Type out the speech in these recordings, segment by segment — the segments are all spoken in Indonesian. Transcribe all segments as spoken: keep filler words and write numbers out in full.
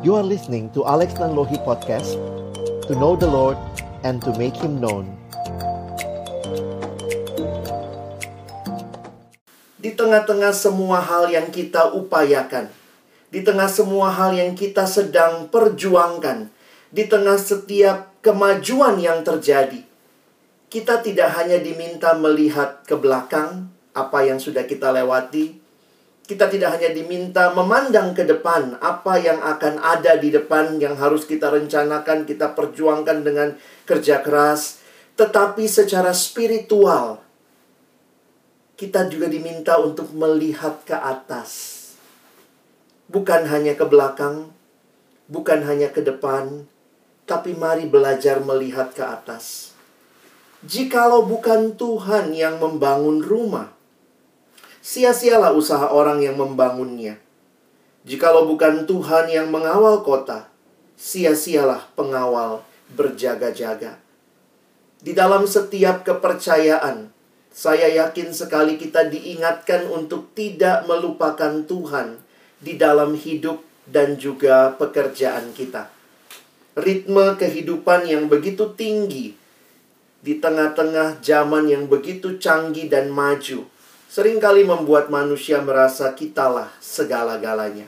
You are listening to Alex Nanlohi Podcast, to know the Lord and to make Him known. Di tengah-tengah semua hal yang kita upayakan, di tengah semua hal yang kita sedang perjuangkan, di tengah setiap kemajuan yang terjadi, kita tidak hanya diminta melihat ke belakang apa yang sudah kita lewati. Kita tidak hanya diminta memandang ke depan apa yang akan ada di depan yang harus kita rencanakan, kita perjuangkan dengan kerja keras. Tetapi secara spiritual, kita juga diminta untuk melihat ke atas. Bukan hanya ke belakang, bukan hanya ke depan, tapi mari belajar melihat ke atas. Jikalau bukan Tuhan yang membangun rumah, sia-sialah usaha orang yang membangunnya. Jikalau bukan Tuhan yang mengawal kota, sia-sialah pengawal berjaga-jaga. Di dalam setiap kepercayaan, saya yakin sekali kita diingatkan untuk tidak melupakan Tuhan di dalam hidup dan juga pekerjaan kita. Ritme kehidupan yang begitu tinggi, di tengah-tengah zaman yang begitu canggih dan maju, seringkali membuat manusia merasa kitalah segala-galanya.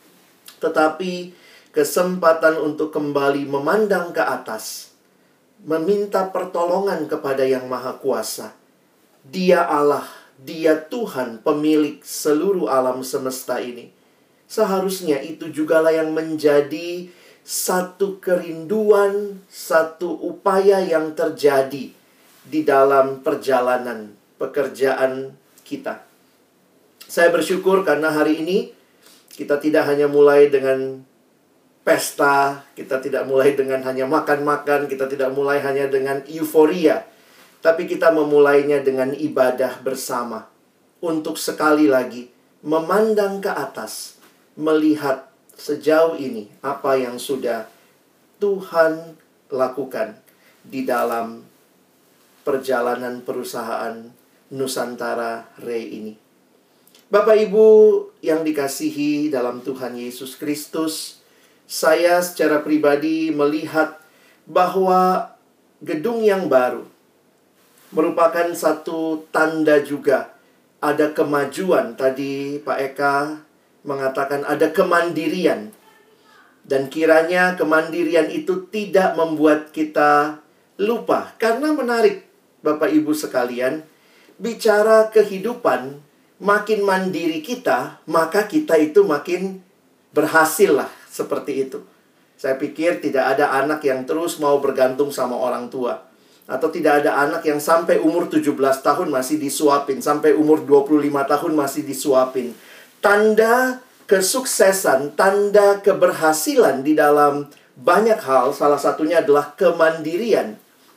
Tetapi kesempatan untuk kembali memandang ke atas, meminta pertolongan kepada Yang Maha Kuasa. Dia Allah, Dia Tuhan pemilik seluruh alam semesta ini. Seharusnya itu jugalah yang menjadi satu kerinduan, satu upaya yang terjadi di dalam perjalanan pekerjaan kita. Saya bersyukur karena hari ini kita tidak hanya mulai dengan pesta, kita tidak mulai dengan hanya makan-makan, kita tidak mulai hanya dengan euforia, tapi kita memulainya dengan ibadah bersama untuk sekali lagi memandang ke atas, melihat sejauh ini apa yang sudah Tuhan lakukan di dalam perjalanan perusahaan Nusantara Re ini. Bapak Ibu yang dikasihi dalam Tuhan Yesus Kristus, saya secara pribadi melihat bahwa gedung yang baru merupakan satu tanda juga ada kemajuan. Tadi Pak Eka mengatakan ada kemandirian. Dan kiranya kemandirian itu tidak membuat kita lupa. Karena menarik Bapak Ibu sekalian, bicara kehidupan, makin mandiri kita, maka kita itu makin berhasil lah, seperti itu. Saya pikir tidak ada anak yang terus mau bergantung sama orang tua. Atau tidak ada anak yang sampai umur tujuh belas tahun masih disuapin, sampai umur dua puluh lima tahun masih disuapin. Tanda kesuksesan, tanda keberhasilan di dalam banyak hal, salah satunya adalah kemandirian.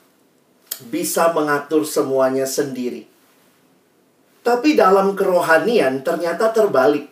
Bisa mengatur semuanya sendiri. Tapi dalam kerohanian ternyata terbalik.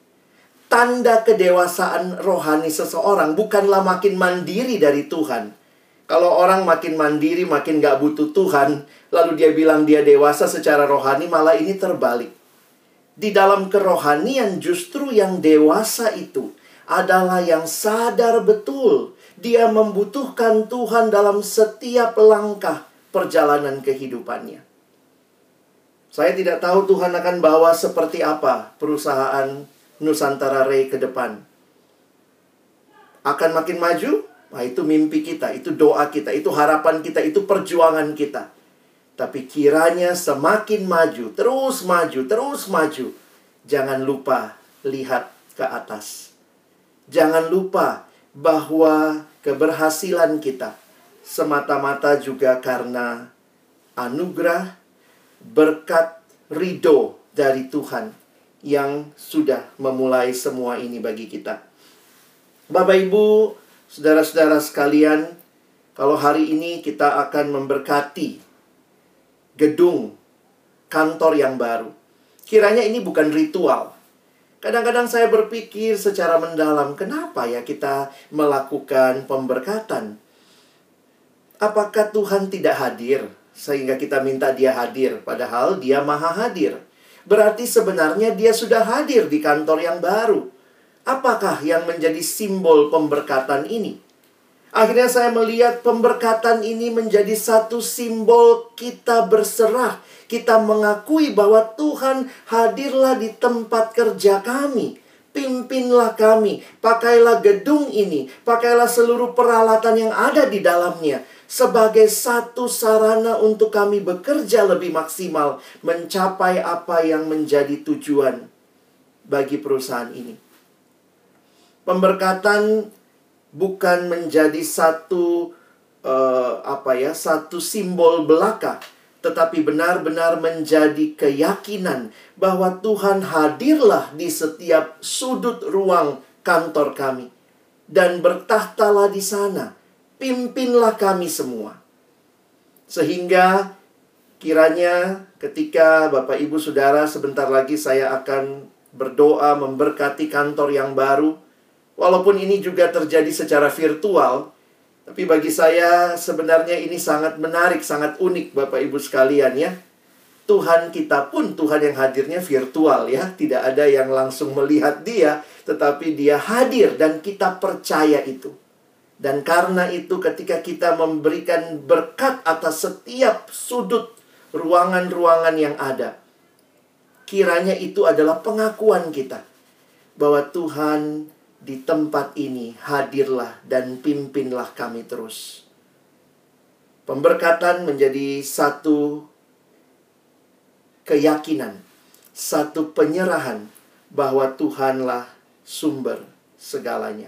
Tanda kedewasaan rohani seseorang bukanlah makin mandiri dari Tuhan. Kalau orang makin mandiri, makin gak butuh Tuhan, lalu dia bilang dia dewasa secara rohani, malah ini terbalik. Di dalam kerohanian justru yang dewasa itu adalah yang sadar betul. Dia membutuhkan Tuhan dalam setiap langkah perjalanan kehidupannya. Saya tidak tahu Tuhan akan bawa seperti apa perusahaan Nusantara Re ke depan. Akan makin maju? Nah, itu mimpi kita, itu doa kita, itu harapan kita, itu perjuangan kita. Tapi kiranya semakin maju, terus maju, terus maju. Jangan lupa lihat ke atas. Jangan lupa bahwa keberhasilan kita semata-mata juga karena anugerah, berkat, ridho dari Tuhan yang sudah memulai semua ini bagi kita. Bapak Ibu, saudara-saudara sekalian, kalau hari ini kita akan memberkati gedung kantor yang baru, kiranya ini bukan ritual. Kadang-kadang saya berpikir secara mendalam, kenapa ya kita melakukan pemberkatan? Apakah Tuhan tidak hadir sehingga kita minta Dia hadir, padahal Dia maha hadir? Berarti sebenarnya Dia sudah hadir di kantor yang baru. Apakah yang menjadi simbol pemberkatan ini? Akhirnya saya melihat pemberkatan ini menjadi satu simbol kita berserah. Kita mengakui bahwa Tuhan hadirlah di tempat kerja kami. Pimpinlah kami, pakailah gedung ini, pakailah seluruh peralatan yang ada di dalamnya sebagai satu sarana untuk kami bekerja lebih maksimal, mencapai apa yang menjadi tujuan bagi perusahaan ini. Pemberkatan bukan menjadi satu uh, apa ya, satu simbol belaka, tetapi benar-benar menjadi keyakinan bahwa Tuhan hadirlah di setiap sudut ruang kantor kami dan bertahtalah di sana. Pimpinlah kami semua. Sehingga kiranya ketika Bapak Ibu Saudara sebentar lagi saya akan berdoa memberkati kantor yang baru. Walaupun ini juga terjadi secara virtual, tapi bagi saya sebenarnya ini sangat menarik, sangat unik Bapak Ibu sekalian ya. Tuhan kita pun Tuhan yang hadirnya virtual ya. Tidak ada yang langsung melihat dia, tetapi dia hadir dan kita percaya itu. Dan karena itu ketika kita memberikan berkat atas setiap sudut ruangan-ruangan yang ada, kiranya itu adalah pengakuan kita bahwa Tuhan di tempat ini hadirlah dan pimpinlah kami terus. Pemberkatan menjadi satu keyakinan, satu penyerahan bahwa Tuhanlah sumber segalanya.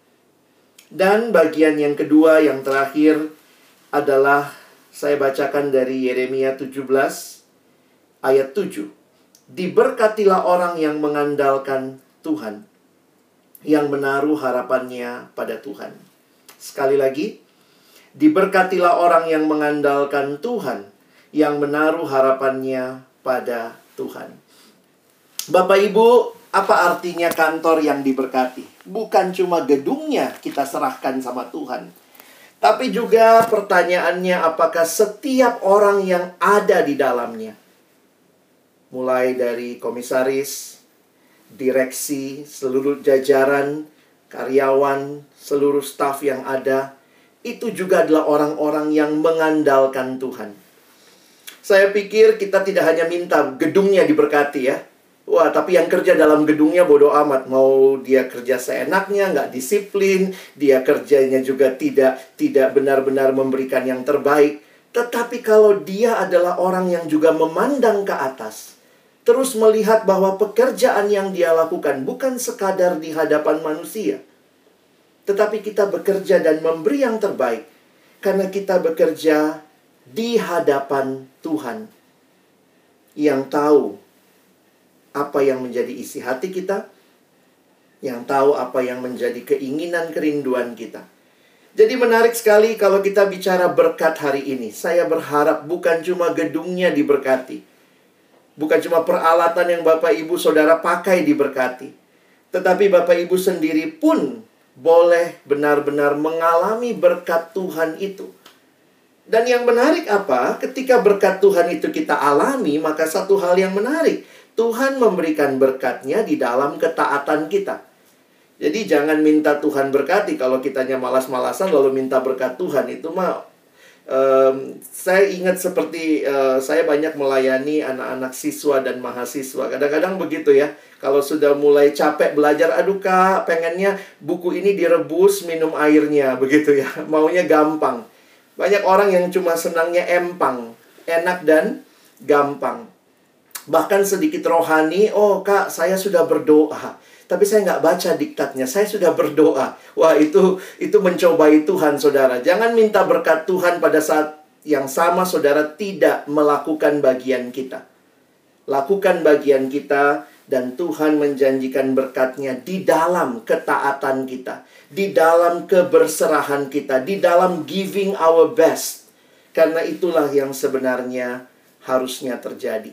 Dan bagian yang kedua, yang terakhir adalah saya bacakan dari Yeremia tujuh belas ayat tujuh. Diberkatilah orang yang mengandalkan Tuhan, yang menaruh harapannya pada Tuhan. Sekali lagi, diberkatilah orang yang mengandalkan Tuhan, yang menaruh harapannya pada Tuhan. Bapak Ibu, apa artinya kantor yang diberkati? Bukan cuma gedungnya kita serahkan sama Tuhan, tapi juga pertanyaannya apakah setiap orang yang ada di dalamnya, mulai dari komisaris, direksi, seluruh jajaran, karyawan, seluruh staf yang ada, itu juga adalah orang-orang yang mengandalkan Tuhan. Saya pikir kita tidak hanya minta gedungnya diberkati ya. Wah, tapi yang kerja dalam gedungnya bodoh amat. Mau dia kerja seenaknya, nggak disiplin, dia kerjanya juga tidak tidak benar-benar memberikan yang terbaik. Tetapi kalau dia adalah orang yang juga memandang ke atas, terus melihat bahwa pekerjaan yang dia lakukan bukan sekadar di hadapan manusia, tetapi kita bekerja dan memberi yang terbaik karena kita bekerja di hadapan Tuhan yang tahu apa yang menjadi isi hati kita, yang tahu apa yang menjadi keinginan kerinduan kita. Jadi menarik sekali kalau kita bicara berkat hari ini. Saya berharap bukan cuma gedungnya diberkati, bukan cuma peralatan yang Bapak Ibu Saudara pakai diberkati, tetapi Bapak Ibu sendiri pun boleh benar-benar mengalami berkat Tuhan itu. Dan yang menarik apa? Ketika berkat Tuhan itu kita alami, maka satu hal yang menarik, Tuhan memberikan berkatnya di dalam ketaatan kita. Jadi jangan minta Tuhan berkati kalau kitanya malas-malasan lalu minta berkat Tuhan. Itu mah um, saya ingat seperti uh, saya banyak melayani anak-anak siswa dan mahasiswa. Kadang-kadang begitu ya. Kalau sudah mulai capek belajar, aduh kak, pengennya buku ini direbus minum airnya, begitu ya. Maunya gampang. Banyak orang yang cuma senangnya empang, enak dan gampang. Bahkan sedikit rohani, oh kak, saya sudah berdoa, tapi saya nggak baca diktatnya, saya sudah berdoa. Wah, itu itu mencobai Tuhan, saudara. Jangan minta berkat Tuhan pada saat yang sama saudara tidak melakukan bagian kita. Lakukan bagian kita, dan Tuhan menjanjikan berkatnya di dalam ketaatan kita, di dalam keberserahan kita, di dalam giving our best. Karena itulah yang sebenarnya harusnya terjadi.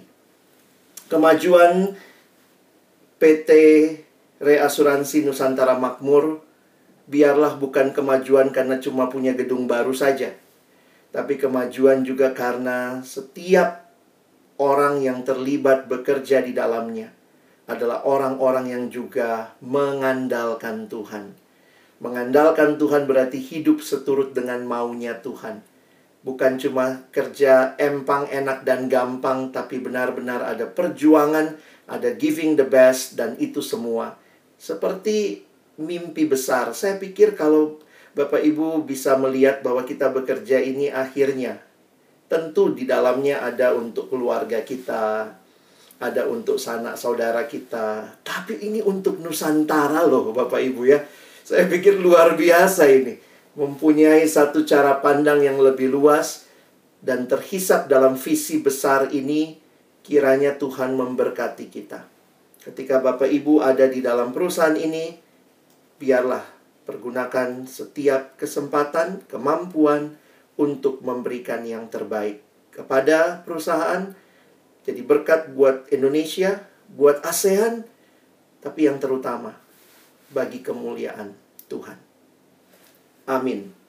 Kemajuan P T Reasuransi Nusantara Makmur biarlah bukan kemajuan karena cuma punya gedung baru saja, tapi kemajuan juga karena setiap orang yang terlibat bekerja di dalamnya adalah orang-orang yang juga mengandalkan Tuhan. Mengandalkan Tuhan berarti hidup seturut dengan maunya Tuhan. Bukan cuma kerja empang, enak, dan gampang, tapi benar-benar ada perjuangan, ada giving the best, dan itu semua seperti mimpi besar. Saya pikir kalau Bapak Ibu bisa melihat bahwa kita bekerja ini akhirnya, tentu di dalamnya ada untuk keluarga kita, ada untuk sanak saudara kita, tapi ini untuk Nusantara loh Bapak Ibu ya. Saya pikir luar biasa ini. Mempunyai satu cara pandang yang lebih luas dan terhisap dalam visi besar ini, kiranya Tuhan memberkati kita. Ketika Bapak Ibu ada di dalam perusahaan ini, biarlah pergunakan setiap kesempatan, kemampuan untuk memberikan yang terbaik kepada perusahaan. Jadi berkat buat Indonesia, buat ASEAN, tapi yang terutama bagi kemuliaan Tuhan. Amin.